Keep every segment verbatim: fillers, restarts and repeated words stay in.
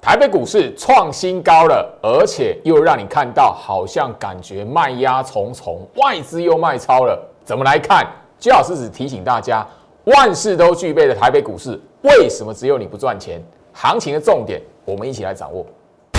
台北股市创新高了，而且又让你看到好像感觉卖压重重，外资又卖超了。怎么来看？最好是只提醒大家，万事都具备的台北股市，为什么只有你不赚钱？行情的重点，我们一起来掌握。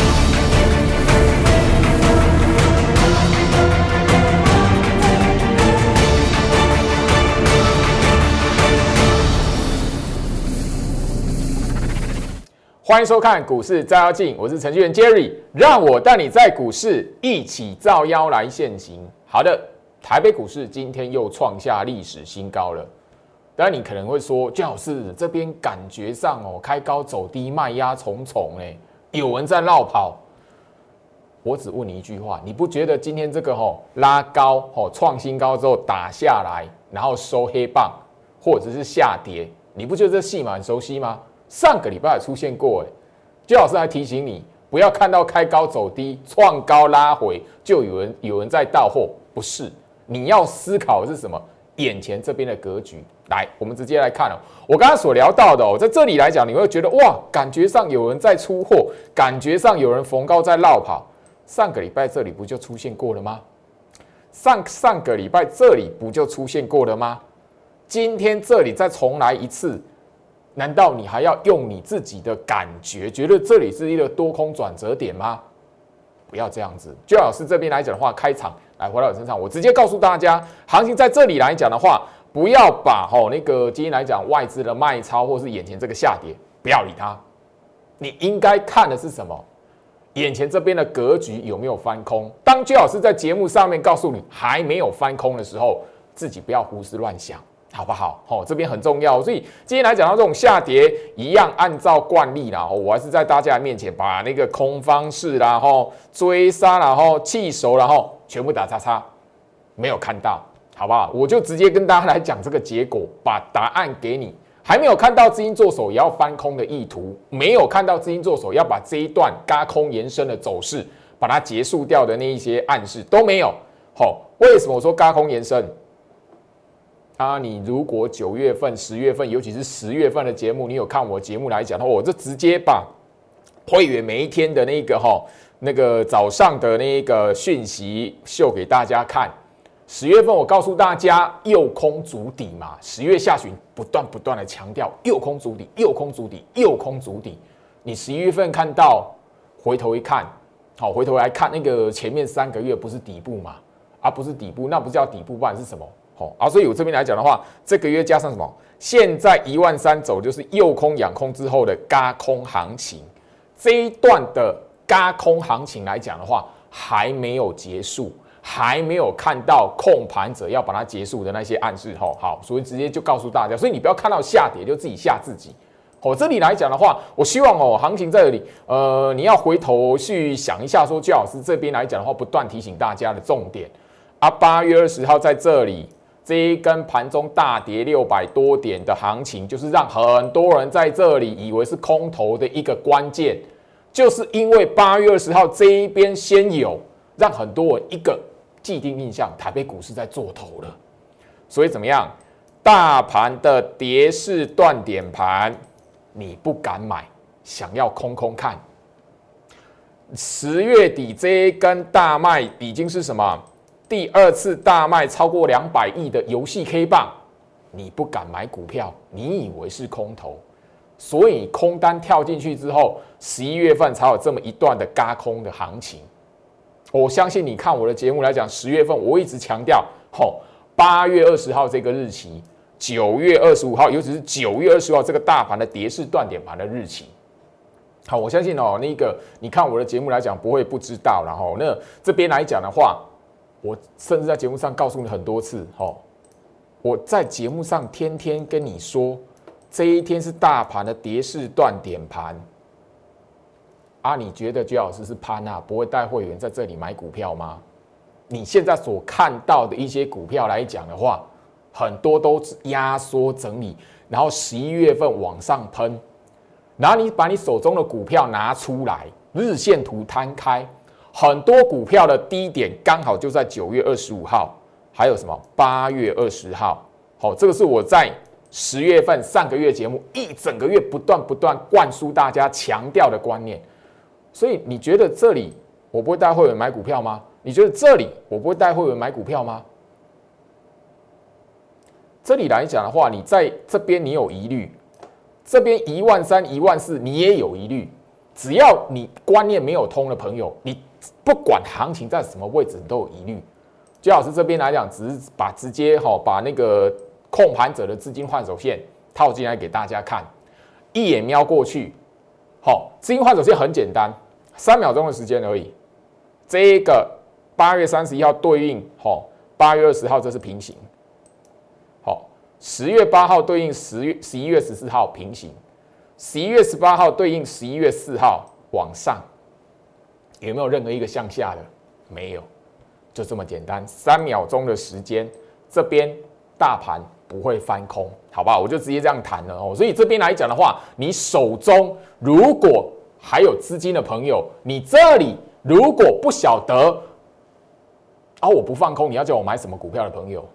欢迎收看股市照妖镜，我是程序员 Jerry， 让我带你在股市一起照妖来现行。好的，台北股市今天又创下历史新高了。当然你可能会说，最好是这边感觉上哦，开高走低，卖压重重，哎，有人在绕跑。我只问你一句话，你不觉得今天这个吼拉高吼创新高之后打下来，然后收黑棒，或者是下跌，你不觉得这戏码很熟悉吗？上个礼拜也出现过，哎，最老师还提醒你，不要看到开高走低、创高拉回，就有人有人在到货，不是？你要思考的是什么？眼前这边的格局。来，我们直接来看哦。我刚刚所聊到的哦，在这里来讲，你会觉得哇，感觉上有人在出货，感觉上有人逢高在绕跑。上个礼拜这里不就出现过了吗？上上个礼拜这里不就出现过了吗？今天这里再重来一次。难道你还要用你自己的感觉，觉得这里是一个多空转折点吗？不要这样子。就老师这边来讲的话，开场来回到我身上，我直接告诉大家，行情在这里来讲的话，不要把吼那个今天来讲外资的卖超，或是眼前这个下跌，不要理它。你应该看的是什么？眼前这边的格局有没有翻空？当居老师在节目上面告诉你还没有翻空的时候，自己不要胡思乱想。好不好？哦，这边很重要，所以今天来讲到这种下跌，一样按照惯例啦，我还是在大家面前把那个空方式啦、吼追杀啦、吼弃守啦、吼全部打叉叉，没有看到，好不好？我就直接跟大家来讲这个结果，把答案给你。还没有看到资金做手也要翻空的意图，没有看到资金做手要把这一段轧空延伸的走势把它结束掉的那一些暗示都没有。好，为什么我说轧空延伸？啊，你如果九月份、十月份，尤其是十月份的节目，你有看我节目来讲的话，我就直接把会员每一天的那个哈、那个早上的那个讯息秀给大家看。十月份我告诉大家右空筑底嘛，十月下旬不断不断的强调右空筑底、右空筑底、右空筑底。你十一月份看到，回头一看，好，回头来看那个前面三个月不是底部嘛？啊，不是底部，那不叫底部，不然是什么？好、啊，所以我这边来讲的话，这个月加上什么？现在一万三走就是右空养空之后的轧空行情，这一段的轧空行情来讲的话，还没有结束，还没有看到控盘者要把它结束的那些暗示。吼，好，所以直接就告诉大家，所以你不要看到下跌就自己吓自己。哦，这里来讲的话，我希望哦，行情在这里，呃，你要回头去想一下，说姜老师这边来讲的话，不断提醒大家的重点啊，八月二十号在这里。这一根盘中大跌六百多点的行情，就是让很多人在这里以为是空头的一个关键，就是因为八月二十号这一边先有，让很多人一个既定印象，台北股市在做头了。所以怎么样？大盘的跌势断点盘，你不敢买，想要空空看。十月底这一根大卖已经是什么？第二次大卖超过两百亿的游戏 K 棒，你不敢买股票，你以为是空头，所以空单跳进去之后，十一月份才有这么一段的轧空的行情。我相信你看我的节目来讲，十月份我一直强调，吼，八月二十号这个日期，九月二十五号，尤其是九月二十号这个大盘的跌势断点盘的日期。好，我相信哦，那个你看我的节目来讲不会不知道，然后那这边来讲的话。我甚至在节目上告诉你很多次，吼，我在节目上天天跟你说，这一天是大盘的跌势断点盘，啊，你觉得居老师是潘啊，不会带会员在这里买股票吗？你现在所看到的一些股票来讲的话，很多都是压缩整理，然后十一月份往上喷，然后你把你手中的股票拿出来，日线图摊开。很多股票的低点刚好就在九月二十五号，还有什么八月二十号。好，这个是我在十月份上个月节目一整个月不断不断灌输大家强调的观念。所以你觉得这里我不会带会员买股票吗？你觉得这里我不会带会员买股票吗？这里来讲的话，你在这边你有疑虑，这边一万三、一万四你也有疑虑。只要你观念没有通的朋友，你不管行情在什么位置，你都有疑虑。最老师这边来讲，只是把直接哈把那个控盘者的资金换手线套进来给大家看，一眼瞄过去，好，资金换手线很简单，三秒钟的时间而已。这个八月三十一号对应好八月二十号，这是平行。好，十月八号对应十月十一月十四号平行，十一月十八号对应十一月四号往上，有没有任何一个向下的？没有，就这么简单，三秒钟的时间，这边大盘不会翻空，好不好？我就直接这样谈了哦。所以这边来讲的话，你手中如果还有资金的朋友，你这里如果不晓得啊，我不放空，你要叫我买什么股票的朋友，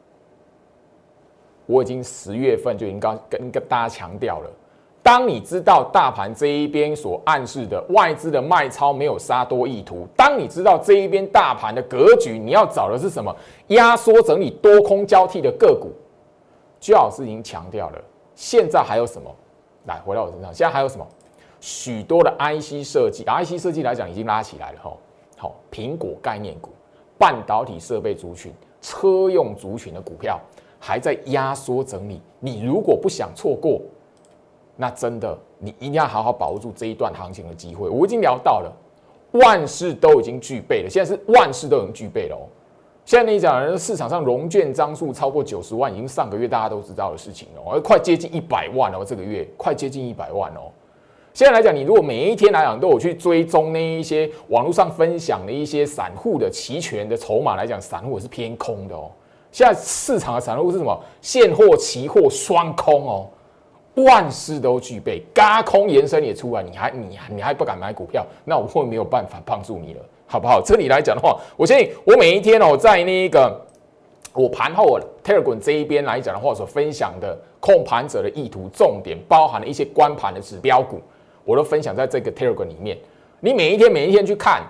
我已经十月份就已经跟跟跟大家强调了。当你知道大盘这一边所暗示的外资的卖超没有杀多意图，当你知道这一边大盘的格局，你要找的是什么？压缩整理多空交替的个股。居老师已经强调了，现在还有什么？来，回到我身上，现在还有什么？许多的 I C 设计 ，I C 设计来讲已经拉起来了哈。好，苹果概念股、半导体设备族群、车用族群的股票还在压缩整理。你如果不想错过，那真的，你一定要好好把握住这一段行情的机会。我已经聊到了，万事都已经具备了，现在是万事都已经具备了哦。现在你讲，市场上融券张数超过九十万，已经上个月大家都知道的事情了，而快接近一百万哦，这个月快接近一百万哦。现在来讲，你如果每一天来讲都有去追踪那一些网络上分享的一些散户的期权的筹码来讲，散户也是偏空的哦。现在市场的散户是什么？现货、期货双空哦。万事都具备，軋空延伸也出来，你还你你还不敢买股票，那我会没有办法帮助你了，好不好？这里来讲的话，我相信我每一天哦，在那个我盘后 Telegram 这一边来讲的话，所分享的控盘者的意图重点，包含了一些关盘的指标股，我都分享在这个 Telegram 里面。你每一天每一天去看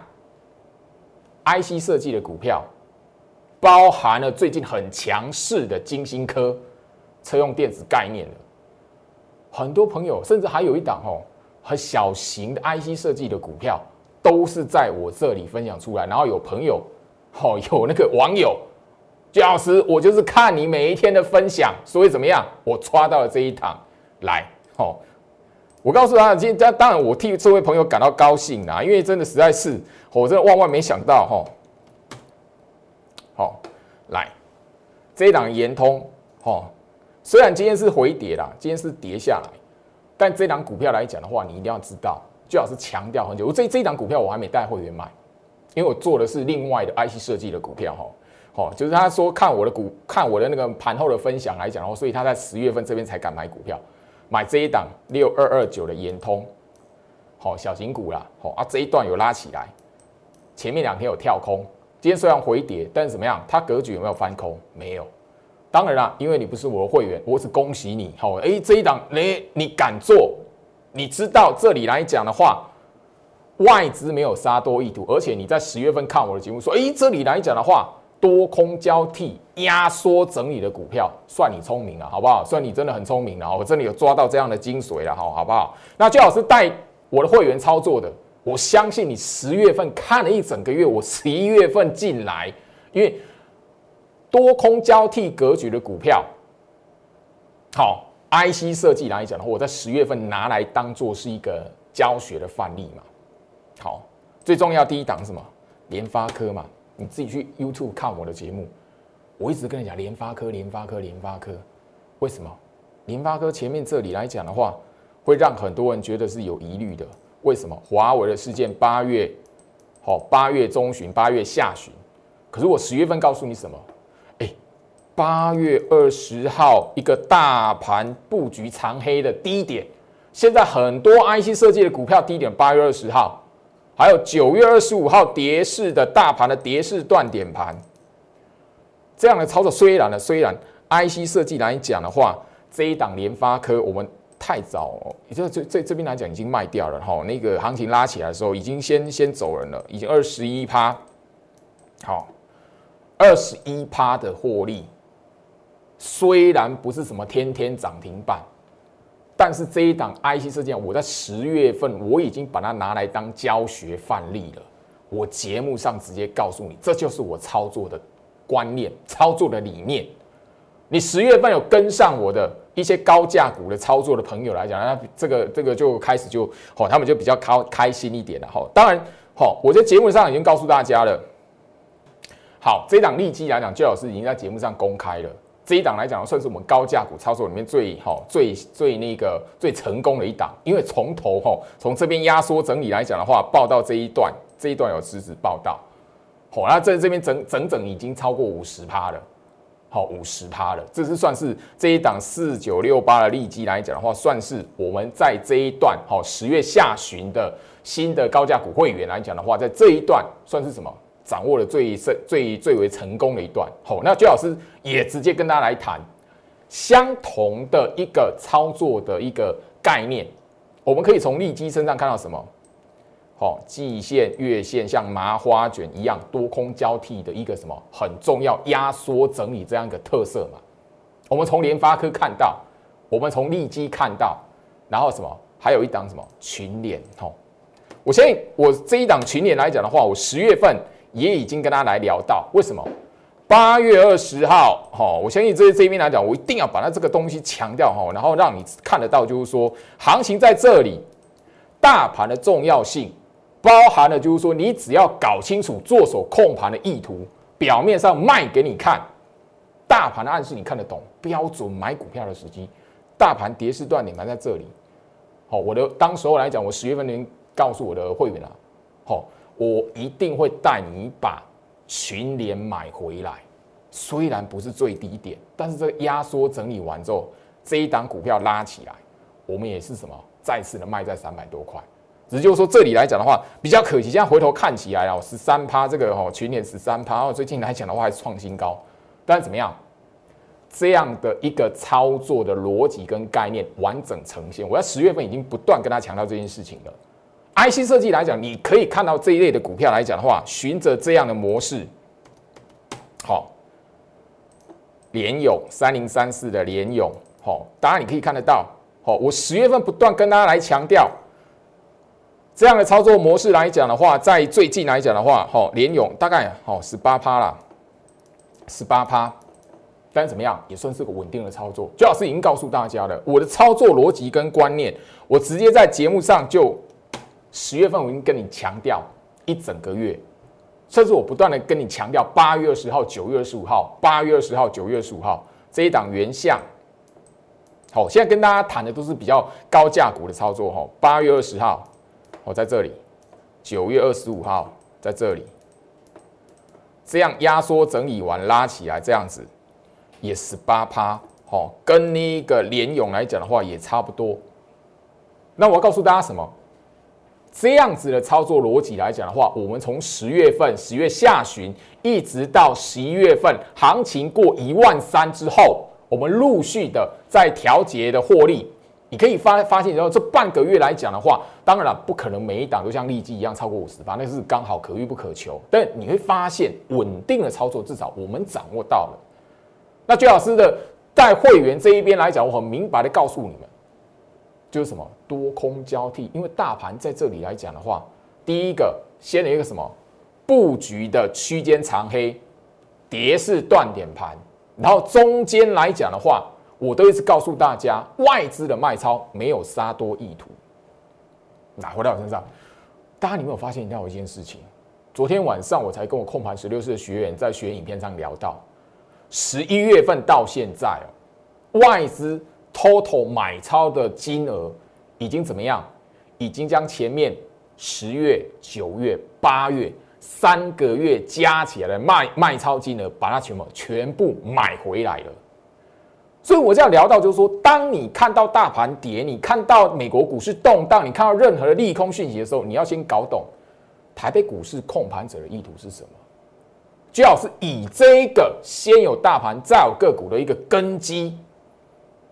I C 设计的股票，包含了最近很强势的晶心科车用电子概念的。很多朋友，甚至还有一档哦，很小型的 I C 设计的股票，都是在我这里分享出来。然后有朋友，哦，有那个网友，姜老师，我就是看你每一天的分享，所以怎么样，我抓到了这一档来，哦，我告诉他，今天当然我替这位朋友感到高兴啦，因为真的实在是，我真的万万没想到，哈、哦，好、哦，来这一档延通，哦。虽然今天是回跌啦，今天是跌下来，但这档股票来讲的话，你一定要知道，最好是强调很久。我这这一档股票我还没带会员买，因为我做的是另外的 I C 设计的股票哈，哦，就是他说看我的股，看我的那个盘后的分享来讲，所以他在十月份这边才敢买股票，买这一档六二二九的延通，好、哦、小型股啦，好、哦、啊这一段有拉起来，前面两天有跳空，今天虽然回跌，但是怎么样？它格局有没有翻空？没有。当然啦，因为你不是我的会员，我只恭喜你。好，哎，这一档你你敢做，你知道这里来讲的话，外资没有杀多意图，而且你在十月份看我的节目说，哎，这里来讲的话，多空交替、压缩整理的股票，算你聪明了，好不好？算你真的很聪明了，我真的有抓到这样的精髓了，好不好？那最好是带我的会员操作的，我相信你十月份看了一整个月，我十一月份进来，因为。多空交替格局的股票，好 ，I C 设计来讲的话，我在十月份拿来当做是一个教学的范例嘛。好，最重要第一档是什么？联发科嘛，你自己去 YouTube 看我的节目，我一直跟你讲联发科，联发科，联发科。为什么？联发科前面这里来讲的话，会让很多人觉得是有疑虑的。为什么？华为的事件八月，好，八月中旬、八月下旬，可是我十月份告诉你什么？八月二十号，一个大盘布局长黑的低点，现在很多 I C 设计的股票低点，八月二十号，还有九月二十五号跌势的大盘的跌势断点盘，这样的操作虽然呢，虽然 I C 设计来讲的话， 这一档联发科，我们太早哦，也就这这这边来讲已经卖掉了哈。那个行情拉起来的时候，已经先先走人了，已经二十一趴，好，二十一趴的获利，虽然不是什么天天涨停板。但是这一档 I C 设计，我在十月份我已经把它拿来当教学范例了。我节目上直接告诉你，这就是我操作的观念、操作的理念。你十月份有跟上我的一些高价股的操作的朋友来讲，那这个这个就开始就哦，他们就比较开开心一点了哈。当然，好，我在节目上已经告诉大家了。好，这一档利基来讲，最老师已经在节目上公开了。这一档来讲，算是我们高价股操作里面最好、最最那个最成功的一档，因为从头哈，从这边压缩整理来讲的话，报到这一段，这一段有实质报道，好，那这这边整整整已经超过五十趴了，好，五十趴了，这是算是这一档四九六八的利基来讲的话，算是我们在这一段好十月下旬的新的高价股会员来讲的话，在这一段算是什么？掌握了最最最为成功的一段，好，那居老师也直接跟大家来谈相同的一个操作的一个概念，我们可以从利基身上看到什么？好，季线、月线像麻花卷一样多空交替的一个什么很重要压缩整理这样一个特色嘛。我们从联发科看到，我们从利基看到，然后什么？还有一档什么群联？吼，我相信我这一档群联来讲的话，我十月份。也已经跟大家来聊到，为什么八月二十号，哈，我相信这这边来讲，我一定要把它这个东西强调哈，然后让你看得到，就是说行情在这里，大盘的重要性，包含了就是说你只要搞清楚做手控盘的意图，表面上卖给你看，大盘的暗示你看得懂，标准买股票的时机，大盘跌势断点盘在这里，好，我的当时候来讲，我十月份已经告诉我的会员了，好。我一定会带你把群联买回来，虽然不是最低点，但是这个压缩整理完之后，这一档股票拉起来，我们也是什么再次的卖在三百多块。只是就是说这里来讲的话，比较可惜，现在回头看起来啊，十三趴这个哦群联十三趴，然后最近来讲的话还是创新高，但是怎么样？这样的一个操作的逻辑跟概念完整呈现，我在十月份已经不断跟他强调这件事情了。I C 设计来讲，你可以看到这一类的股票来讲的话，循着这样的模式，好，联咏三零三四的联咏，好，当然你可以看得到，好，我十月份不断跟大家来强调，这样的操作模式来讲的话，在最近来讲的话，好，联咏大概好十八趴啦，十八趴，但是怎么样，也算是个稳定的操作。周老师已经告诉大家了，我的操作逻辑跟观念，我直接在节目上就。十月份我已经跟你强调一整个月，甚至我不断的跟你强调八月二十号、九月二十五号、八月二十号、九月二十五号这一档原相。好，现在跟大家谈的都是比较高价股的操作哈。八月二十号，我在这里；九月二十五号在这里，这样压缩整理完拉起来，这样子也十八趴，好，跟那个联咏来讲的话也差不多。那我要告诉大家什么？这样子的操作逻辑来讲的话，我们从十月份、十月下旬一直到十一月份，行情过一万三之后，我们陆续的在调节的获利，你可以发发现，然后这半个月来讲的话，当然了，不可能每一档都像利基一样超过五十趴，那是刚好可遇不可求。但你会发现，稳定的操作至少我们掌握到了。那居老师的在会员这一边来讲，我很明白的告诉你们。就是什么多空交替，因为大盘在这里来讲的话，第一个先有一个什么布局的区间长黑，跌势断点盘，然后中间来讲的话，我都一直告诉大家，外资的卖超没有杀多意图。那回到我身上，大家你有没有发现到一件事情？昨天晚上我才跟我控盘十六式的学员在学影片上聊到，十一月份到现在哦，外资。total 买超的金额已经怎么样？已经将前面十月、九月、八月三个月加起来的卖卖超金额，把它全部全部买回来了。所以我这样聊到，就是说，当你看到大盘跌，你看到美国股市动荡，你看到任何的利空讯息的时候，你要先搞懂台北股市控盘者的意图是什么。最好是以这个先有大盘，再有个股的一个根基。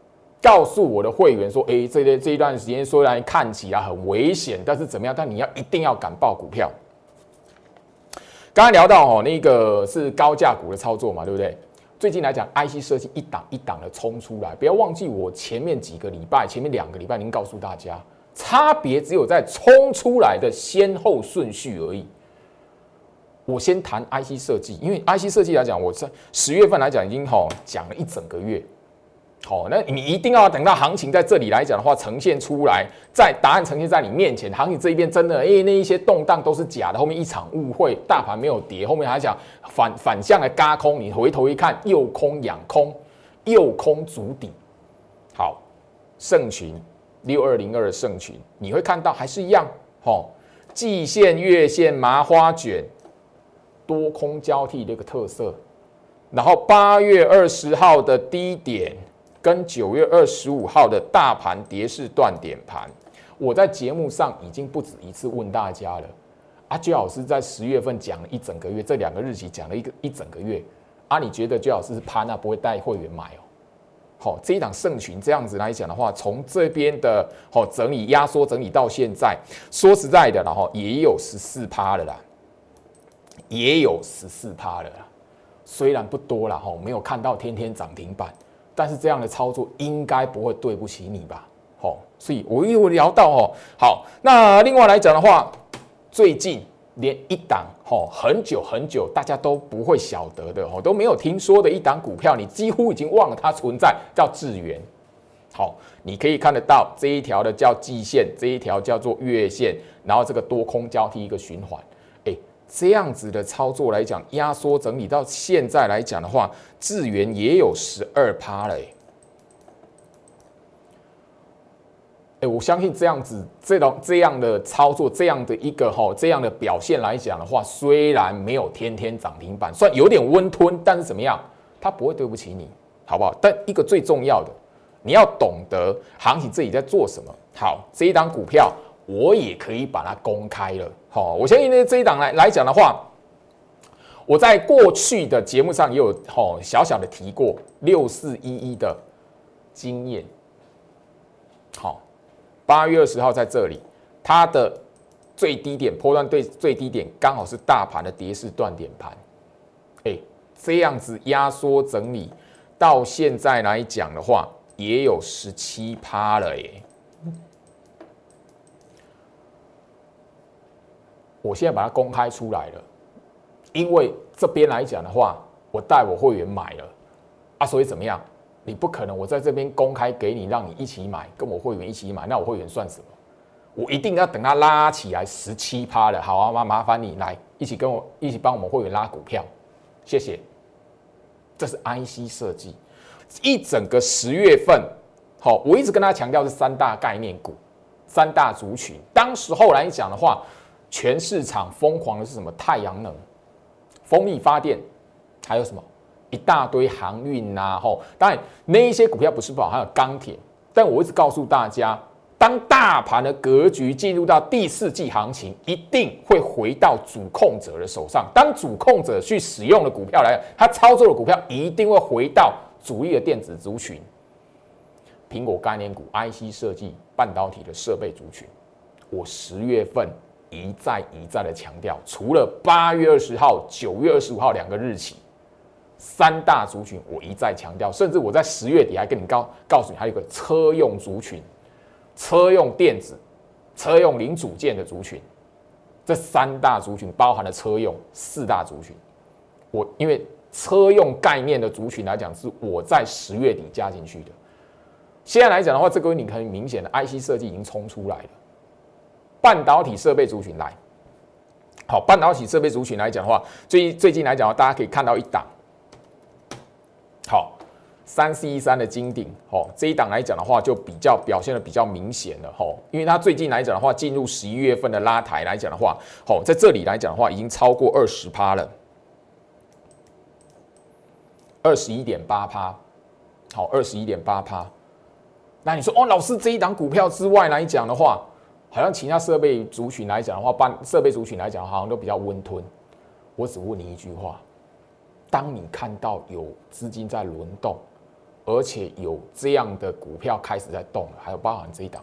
告诉我的会员说，哎、欸，这这一段时间虽然看起来很危险，但是怎么样？但你要一定要敢报股票。刚才聊到哦，那个是高价股的操作嘛，对不对？最近来讲 ，I C 设计一档一档的冲出来，不要忘记我前面几个礼拜、前面两个礼拜已经告诉大家，差别只有在冲出来的先后顺序而已。我先谈 I C 设计，因为 I C 设计来讲，我在十月份来讲已经吼讲了一整个月。好，那你一定要等到行情在这里来讲的话，呈现出来，在答案呈现在你面前，行情这一边真的，哎、欸，那一些动荡都是假的，后面一场误会，大盘没有跌，后面还讲反反向的轧空，你回头一看，诱空养空，诱空筑底。好，盛群六二零二的盛群，你会看到还是一样，吼，季线、月线麻花卷，多空交替的一个特色。然后八月二十号的低点。跟九月二十五号的大盘跌势断点盘，我在节目上已经不止一次问大家了。啊，居老师在十月份讲了一整个月，这两个日期讲了一个一整个月。啊，你觉得居老师是潘啊，不会带会员买哦？好、哦，这一档盛群这样子来讲的话，从这边的好、哦、整理压缩整理到现在，说实在的，然后也有十四趴了啦，也有十四趴了啦。虽然不多啦，哈，没有看到天天涨停板。但是这样的操作应该不会对不起你吧？好，所以我又聊到哦，好，那另外来讲的话，最近连一档哦很久很久大家都不会晓得的哦，都没有听说的一档股票，你几乎已经忘了它存在，叫智原。好，你可以看得到这一条的叫季线，这一条叫做月线，然后这个多空交替一个循环，哎。这样子的操作来讲，压缩整理到现在来讲的话，智原也有十二趴了、欸。哎，我相信这样子这种这样的操作，这样的一个哈这样的表现来讲的话，虽然没有天天涨停板，算有点温吞，但是怎么样，它不会对不起你，好不好？但一个最重要的，你要懂得行情自己在做什么。好，这一档股票。我也可以把它公开了，好，我相信呢这一档来来讲的话，我在过去的节目上也有好小小的提过六四一一的经验，好，八月二十号在这里，它的最低点波段对最低点刚好是大盘的跌势断点盘，哎，这样子压缩整理到现在来讲的话，也有十七趴了耶。我现在把它公开出来了，因为这边来讲的话，我带我会员买了啊，所以怎么样？你不可能我在这边公开给你，让你一起买，跟我会员一起买，那我会员算什么？我一定要等它拉起来十七趴了，好啊，麻麻烦你来一起跟我一起帮我们会员拉股票，谢谢。这是 I C 设计，一整个十月份，好，我一直跟大家强调是三大概念股、三大族群。当时候来讲的话。全市场疯狂的是什么？太阳能、风力发电，还有什么一大堆航运呐、啊？吼，当然那一些股票不是不好，还有钢铁。但我一直告诉大家，当大盘的格局进入到第四季行情，一定会回到主控者的手上。当主控者去使用的股票来，他操作的股票一定会回到主力的电子族群、苹果概念股、I C 设计、半导体的设备族群。我十月份。一再一再的强调，除了八月二十号、九月二十五号两个日期，三大族群我一再强调，甚至我在十月底还跟你告告诉你，还有一个车用族群、车用电子、车用零组件的族群，这三大族群包含了车用四大族群。我因为车用概念的族群来讲，是我在十月底加进去的。现在来讲的话，这个你很明显的 I C 设计已经冲出来了。半导体设备族群来，好，半导体设备族群来讲的话，最最近来讲，大家可以看到一档，好，三四一三的金鼎，好，这一档来讲的话，就比较表现的比较明显了，吼，因为它最近来讲的话，进入十一月份的拉抬来讲的话，好，在这里来讲的话，已经超过二十趴了，二十一点八趴，好，二十一点八趴。那你说，哦，老师这一档股票之外来讲的话，好像其他设备族群来讲的话，半设备族群来讲好像都比较温吞。我只问你一句话：当你看到有资金在轮动， 而且有这样的股票开始在动了，还有包含这一档，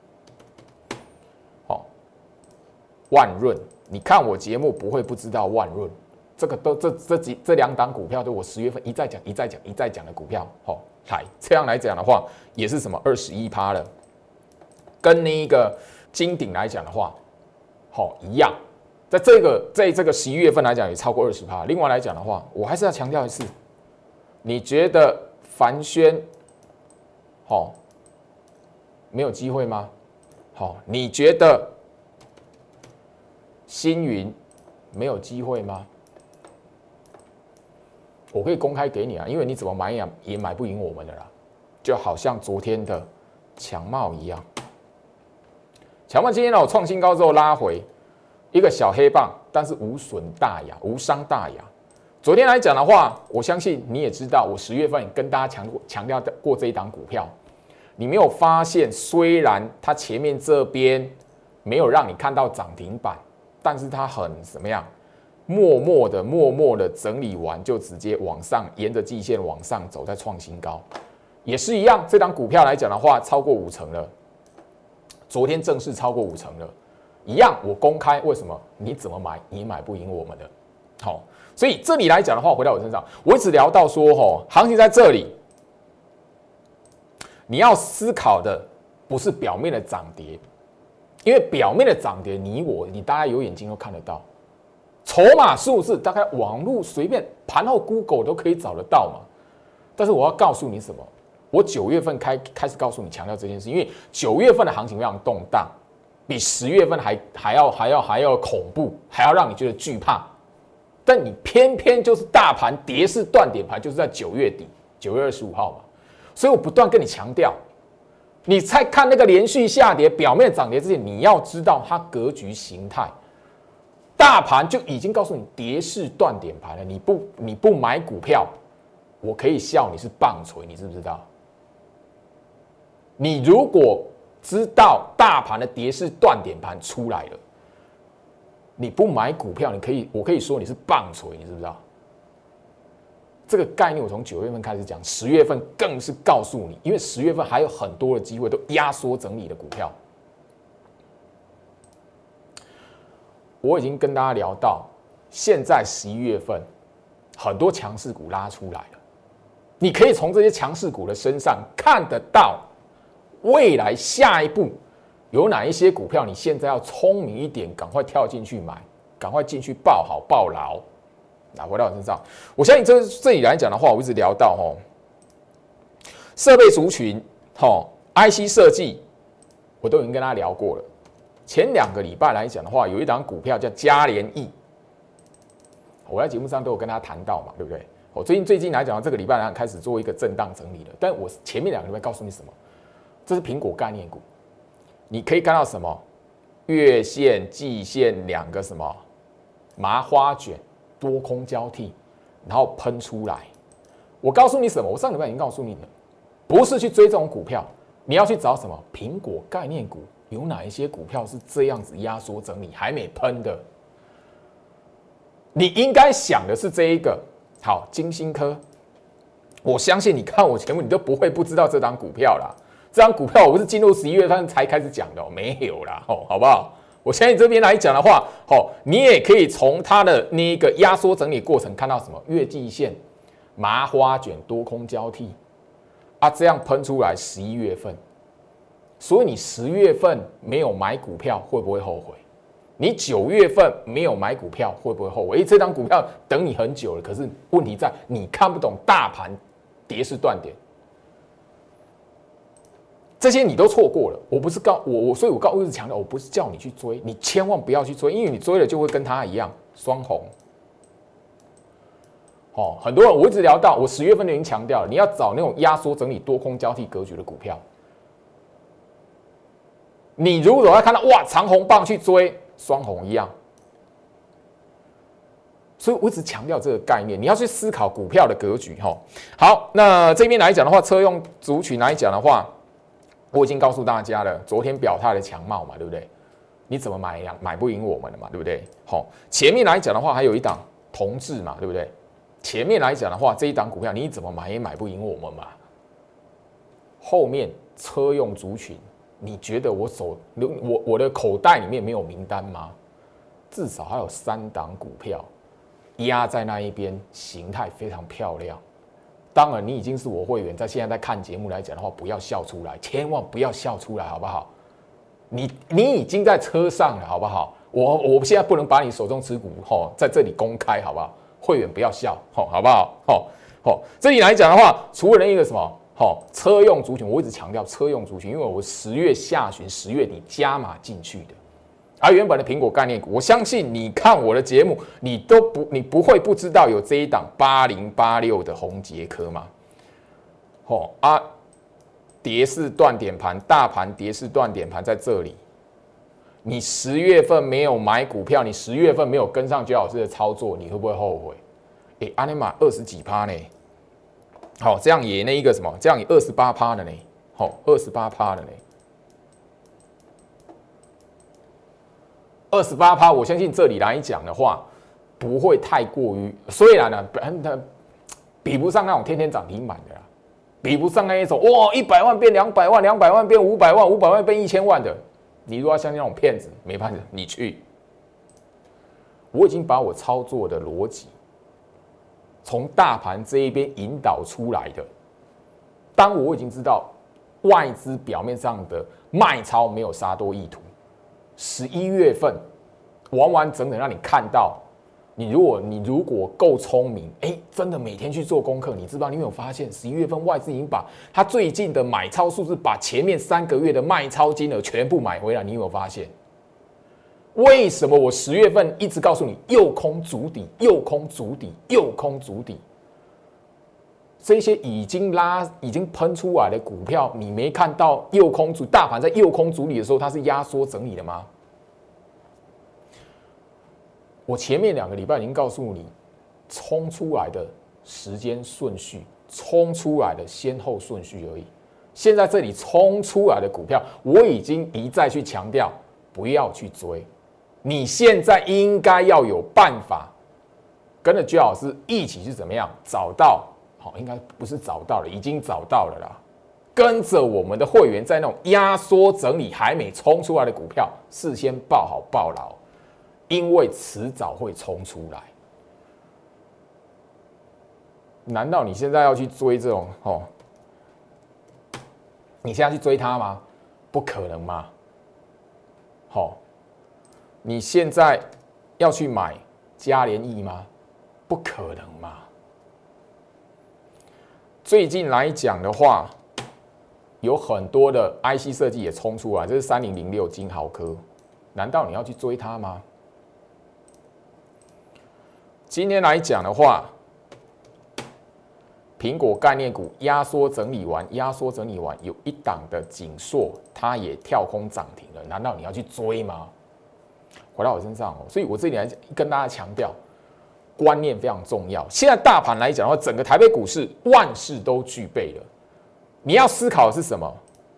哦，万润，你看我节目不会不知道万润，这个都这这几这两档股票都我十月份一再讲一再讲一再讲的股票，好、哦，来这样来讲的话，也是什么二十一趴了，跟那一个金鼎来讲的话，好、哦、一样。在这个在这个十一月份来讲也超过二十趴。另外来讲的话，我还是要强调一次，你觉得凡轩，好、哦、没有机会吗？好、哦，你觉得星云没有机会吗？我可以公开给你啊，因为你怎么买也也买不赢我们的啦，就好像昨天的强茂一样。强茂今天呢，我创新高之后拉回。一个小黑棒，但是无损大雅，无伤大雅。昨天来讲的话，我相信你也知道，我十月份跟大家强强调过这一档股票，你没有发现，虽然它前面这边没有让你看到涨停板，但是它很怎么样，默默的、默默的整理完，就直接往上，沿着季线往上走，再创新高，也是一样。这档股票来讲的话，超过五成了，昨天正式超过五成了。一样，我公开为什么？你怎么买，你买不赢我们的。好，所以这里来讲的话，回到我身上，我一直聊到说，吼，行情在这里，你要思考的不是表面的涨跌，因为表面的涨跌，你我你大家有眼睛都看得到，筹码数字大概网络随便盘后 Google 都可以找得到嘛。但是我要告诉你什么？我九月份开开始告诉你强调这件事，因为九月份的行情非常动荡。比十月份还还要还要还要恐怖，还要让你觉得惧怕，但你偏偏就是大盘跌势断点盘，就是在九月底，九月二十五号嘛，所以我不断跟你强调，你在看那个连续下跌、表面涨跌之前，你要知道它格局形态，大盘就已经告诉你跌势断点盘了，你不你不买股票，我可以笑你是棒槌，你知不知道？你如果知道大盘的跌势断点盘出来了，你不买股票，你可以，我可以说你是棒槌，你知不知道？这个概念我从九月份开始讲，十月份更是告诉你，因为十月份还有很多的机会都压缩整理的股票。我已经跟大家聊到，现在十一月份很多强势股拉出来了，你可以从这些强势股的身上看得到。未来下一步有哪一些股票？你现在要聪明一点，赶快跳进去买，赶快进去抱好抱牢。那回到我身上，我相信这这里来讲的话，我一直聊到吼，设备族群，吼 I C 设计，我都已经跟大家聊过了。前两个礼拜来讲的话，有一档股票叫嘉联益，我在节目上都有跟大家谈到嘛，对不对？我最近最近来讲，这个礼拜来开始做一个震荡整理了，但我前面两个礼拜告诉你什么？这是苹果概念股，你可以看到什么？月线、季线两个什么麻花卷多空交替，然后喷出来。我告诉你什么？我上礼拜已经告诉你了，不是去追这种股票，你要去找什么？苹果概念股有哪一些股票是这样子压缩整理还没喷的？你应该想的是这一个。好，金星科，我相信你看我节目，你都不会不知道这档股票啦。这张股票我不是进入十一月份才开始讲的、哦，没有啦，哦，好不好？我相信这边来讲的话，哦，你也可以从它的那个压缩整理过程看到什么月季线麻花卷多空交替啊，这样喷出来十一月份，所以你十月份没有买股票会不会后悔？你九月份没有买股票会不会后悔？哎，这张股票等你很久了，可是问题在你看不懂大盘跌势断点。这些你都错过了，我不是告我我，所以我告我一直强调，我不是叫你去追，你千万不要去追，因为你追了就会跟他一样双红。哦，很多人我一直聊到，我十月份就已经强调了，你要找那种压缩整理多空交替格局的股票。你如果要看到哇长红棒去追，双红一样。所以我一直强调这个概念，你要去思考股票的格局哈。好，那这边来讲的话，车用族群来讲的话。我已经告诉大家了，昨天表态的强茂嘛，对不对？你怎么买呀？买不赢我们了嘛，对不对？好，前面来讲的话，还有一档同志嘛，对不对？前面来讲的话，这一档股票你怎么买也买不赢我们嘛。 后面车用族群，你觉得我手我我的口袋里面没有名单吗？至少还有三档股票压在那一边，形态非常漂亮。当然，你已经是我会员，在现在在看节目来讲的话，不要笑出来，千万不要笑出来，好不好？你你已经在车上了，好不好？我我现在不能把你手中持股吼在这里公开，好不好？会员不要笑，吼，好不好？吼吼，这里来讲的话，除了那个什么。好，车用族群，我一直强调车用族群，因为我十月下旬、十月底加码进去的，而原本的苹果概念股，我相信你看我的节目，你都不，你不会不知道有这一档八零八六的宏捷科嘛？哦啊，跌势断点盘，大盘跌势断点盘在这里，你十月份没有买股票，你十月份没有跟上焦老师的操作，你会不会后悔？哎、欸，安尼玛二十几趴呢？好，这样也那一个什么，这样也二十八趴的呢。好，二十八趴的呢，二十八趴，我相信这里来讲的话，不会太过于，虽然呢，它比不上那种天天涨停板的啦，比不上那一种哇，一百万变两百万，两百万变五百万，五百万变一千万的。你如果要像那种骗子，没办法，你去。我已经把我操作的逻辑。从大盘这一边引导出来的，当我已经知道外资表面上的卖超没有杀多意图，十一月份完完整整让你看到，你如果你如果够聪明，哎、欸，真的每天去做功课，你知道你有没有发现，十一月份外资已经把它最近的买超数字，把前面三个月的卖超金额全部买回来，你有没有发现？为什么我十月份一直告诉你右空足底、右空足底、右空足底？这些已经拉、已经喷出来的股票，你没看到右空足大盘在右空足底的时候，它是压缩整理的吗？我前面两个礼拜已经告诉你，冲出来的时间顺序、冲出来的先后顺序而已。现在这里冲出来的股票，我已经一再去强调，不要去追。你现在应该要有办法，跟着居老师一起去怎么样找到？好，应该不是找到了，已经找到了啦。跟着我们的会员，在那种压缩整理还没冲出来的股票，事先抱好抱牢，因为迟早会冲出来。难道你现在要去追这种？哦，你现在去追它吗？不可能嘛！好。你现在要去买嘉联益吗？不可能嘛！最近来讲的话，有很多的 I C 设计也冲出来，这是三零零六金豪科，难道你要去追它吗？今天来讲的话，苹果概念股压缩整理完，压缩整理完，有一档的景硕，它也跳空涨停了，难道你要去追吗？回到我身上哦，所以我这里来跟大家强调，观念非常重要。现在大盘来讲的话，整个台北股市万事都具备了，你要思考的是什么？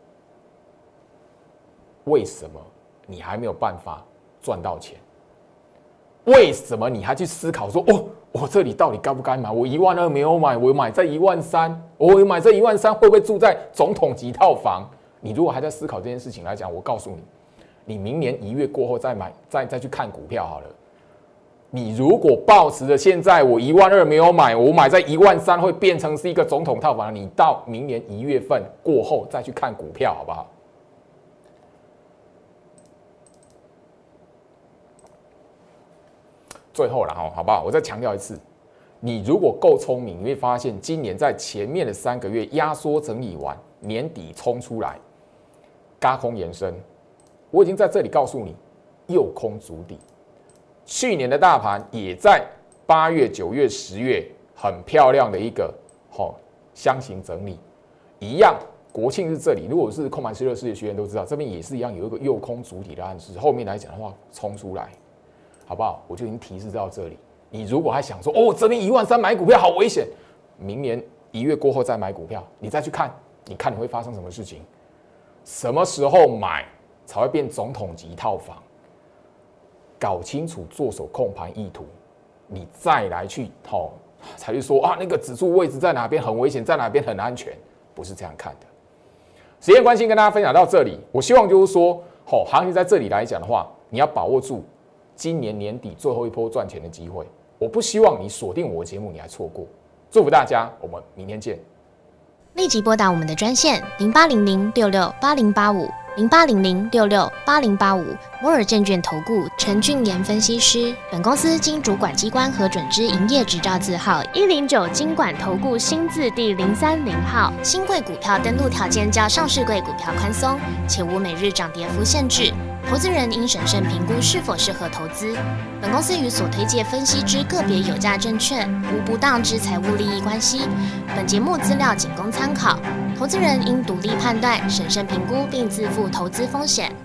为什么你还没有办法赚到钱？为什么你还去思考说，哦，我这里到底该不该买？我一万二没有买，我买在一万三，我买这一万三会不会住在总统级套房？你如果还在思考这件事情来讲，我告诉你。你明年一月过后再买，再再去看股票好了。你如果抱持着现在我一万二没有买，我买在一万三会变成是一个总统套房，你到明年一月份过后再去看股票，好不好？最后了哈，好不好？我再强调一次，你如果够聪明，你会发现今年在前面的三个月压缩整理完，年底冲出来，軋空延伸。我已经在这里告诉你，右空足底。去年的大盘也在八月、九月、十月很漂亮的一个好、哦、箱型整理，一样。国庆日这里，如果是空盘十六世界学员都知道，这边也是一样有一个右空足底的暗示。后面来讲的话，冲出来，好不好？我就已经提示到这里。你如果还想说，哦，这边一万三买股票好危险，明年一月过后再买股票，你再去看，你看你会发生什么事情？什么时候买？才会变总统级套房，搞清楚做手控盘意图，你再来去吼，才去说啊那个指数位置在哪边很危险，在哪边很安全，不是这样看的。 时间关系，跟大家分享到这里。我希望就是说，吼、哦，行情在这里来讲的话，你要把握住今年年底最后一波赚钱的机会。我不希望你锁定我的节目，你还错过。祝福大家，我们明天见。 立即拨打我们的专线零八零零六六八零八五零八零零六六八零八五摩尔证券投顾陈俊言分析师。本公司经主管机关核准之营业执照字号一零九金管投顾新字第零三零号。新贵股票登录条件较上市贵股票宽松，且无每日涨跌幅限制。投资人应审慎评估是否适合投资。本公司与所推介分析之个别有价证券无不当之财务利益关系。本节目资料仅供参考，投资人应独立判断、审慎评估并自负投资风险。